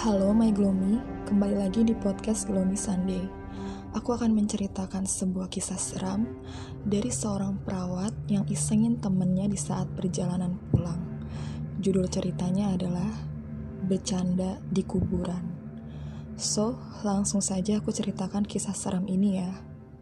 Halo My Gloomy, kembali lagi di podcast Gloomy Sunday. Aku akan menceritakan sebuah kisah seram dari seorang perawat yang isengin temennya di saat perjalanan pulang. Judul ceritanya adalah Bercanda di Kuburan. So, langsung saja aku ceritakan kisah seram ini ya.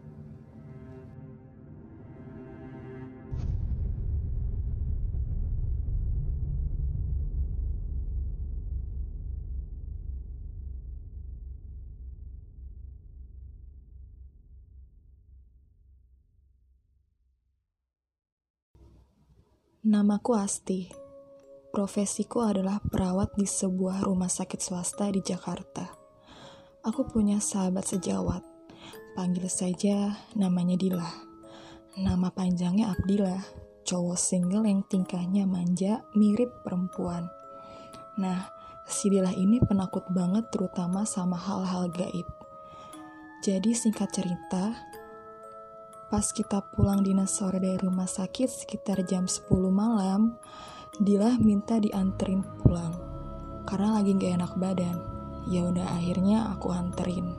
Namaku Asti. Profesiku adalah perawat di sebuah rumah sakit swasta di Jakarta. Aku punya sahabat sejawat. Panggil saja namanya Dila. Nama panjangnya Abdillah. Cowok single yang tingkahnya manja, mirip perempuan. Nah, si Dila ini penakut banget terutama sama hal-hal gaib. Jadi singkat cerita, pas kita pulang dinas sore dari rumah sakit sekitar jam 10 malam, Dila minta dianterin pulang karena lagi gak enak badan. Ya udah akhirnya aku anterin.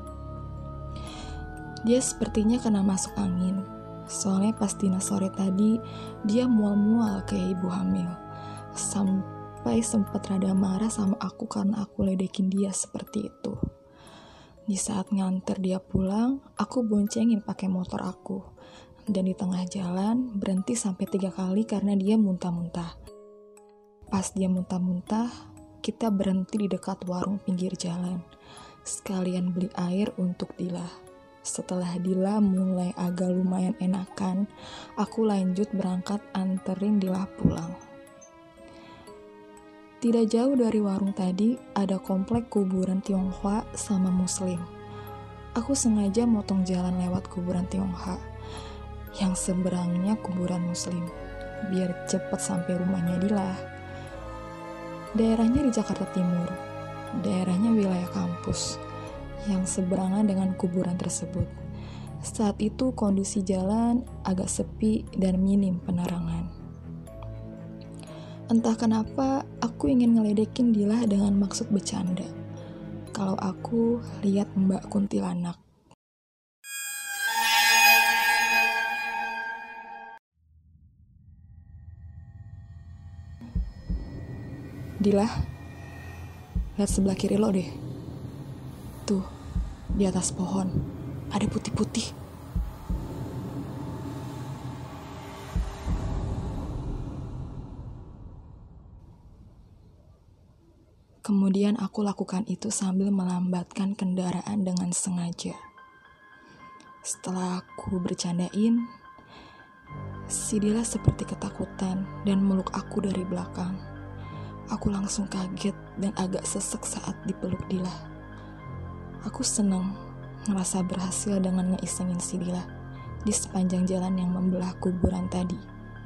Dia sepertinya kena masuk angin. Soalnya pas dinas sore tadi dia mual-mual kayak ibu hamil. Sampai sempet rada marah sama aku karena aku ledekin dia seperti itu. Di saat nganter dia pulang, aku boncengin pakai motor aku. Dan di tengah jalan, berhenti sampai 3 kali karena dia muntah-muntah. Pas dia muntah-muntah, kita berhenti di dekat warung pinggir jalan. Sekalian beli air untuk Dila. Setelah Dila mulai agak lumayan enakan, aku lanjut berangkat anterin Dila pulang. Tidak jauh dari warung tadi, ada komplek kuburan Tionghoa sama Muslim. Aku sengaja motong jalan lewat kuburan Tionghoa, yang seberangnya kuburan Muslim, biar cepet sampai rumahnya Dila. Daerahnya di Jakarta Timur, daerahnya wilayah kampus, yang seberangan dengan kuburan tersebut. Saat itu kondisi jalan agak sepi dan minim penerangan. Entah kenapa, aku ingin ngeledekin Dila dengan maksud bercanda. Kalau aku lihat Mbak Kuntilanak. Dila, lihat sebelah kiri lo deh. Tuh, di atas pohon, ada putih-putih. Kemudian aku lakukan itu sambil melambatkan kendaraan dengan sengaja. Setelah aku bercandain, si Dila seperti ketakutan dan meluk aku dari belakang. Aku langsung kaget dan agak sesek saat dipeluk Dila. Aku senang ngerasa berhasil dengan ngeisengin si Dila di sepanjang jalan yang membelah kuburan tadi.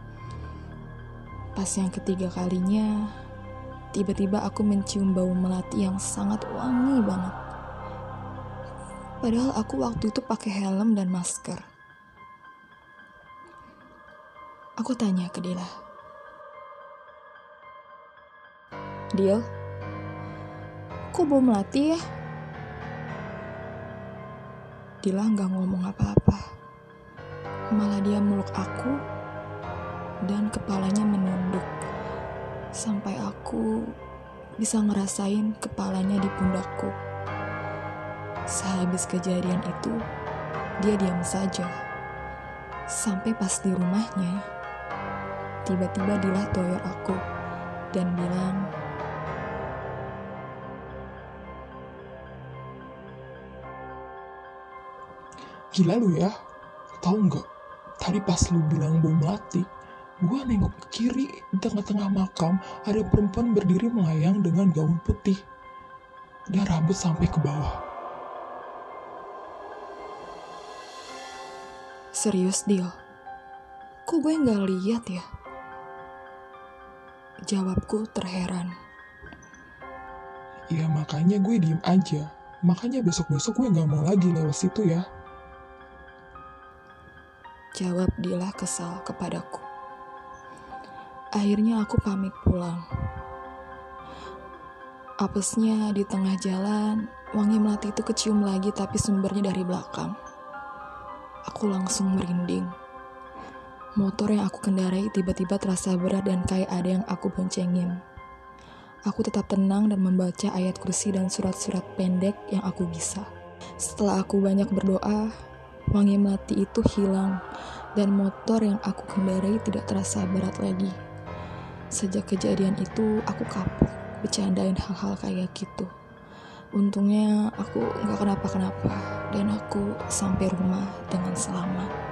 Pas yang ketiga kalinya, tiba-tiba aku mencium bau melati yang sangat wangi banget. Padahal aku waktu itu pakai helm dan masker. Aku tanya ke Dila, Dil, kok bau melati ya? Dila gak ngomong apa-apa. Malah dia meluk aku dan kepalanya menunduk. Sampai aku bisa ngerasain kepalanya di pundakku. Sehabis kejadian itu, dia diam saja. Sampai pas di rumahnya, tiba-tiba Dila toyor aku dan bilang, Gila lu ya, tahu nggak? Tadi pas lu bilang bau melati, gua nengok ke kiri, di tengah-tengah makam ada perempuan berdiri melayang dengan gaun putih dan rambut sampai ke bawah. serius Dil? Kok gue gak lihat ya? Jawabku terheran. Ya makanya gue diem aja. Makanya besok-besok gue gak mau lagi lewat situ ya. Jawab Dila kesal kepadaku. Akhirnya aku pamit pulang. Apesnya di tengah jalan, wangi melati itu kecium lagi tapi sumbernya dari belakang. Aku langsung merinding. Motor yang aku kendarai tiba-tiba terasa berat dan kayak ada yang aku boncengin. Aku tetap tenang dan membaca ayat kursi dan surat-surat pendek yang aku bisa. Setelah aku banyak berdoa, wangi melati itu hilang dan motor yang aku kendarai tidak terasa berat lagi. Sejak kejadian itu, aku kapok bercandain hal-hal kayak gitu. Untungnya aku gak kenapa-kenapa dan aku sampai rumah dengan selamat.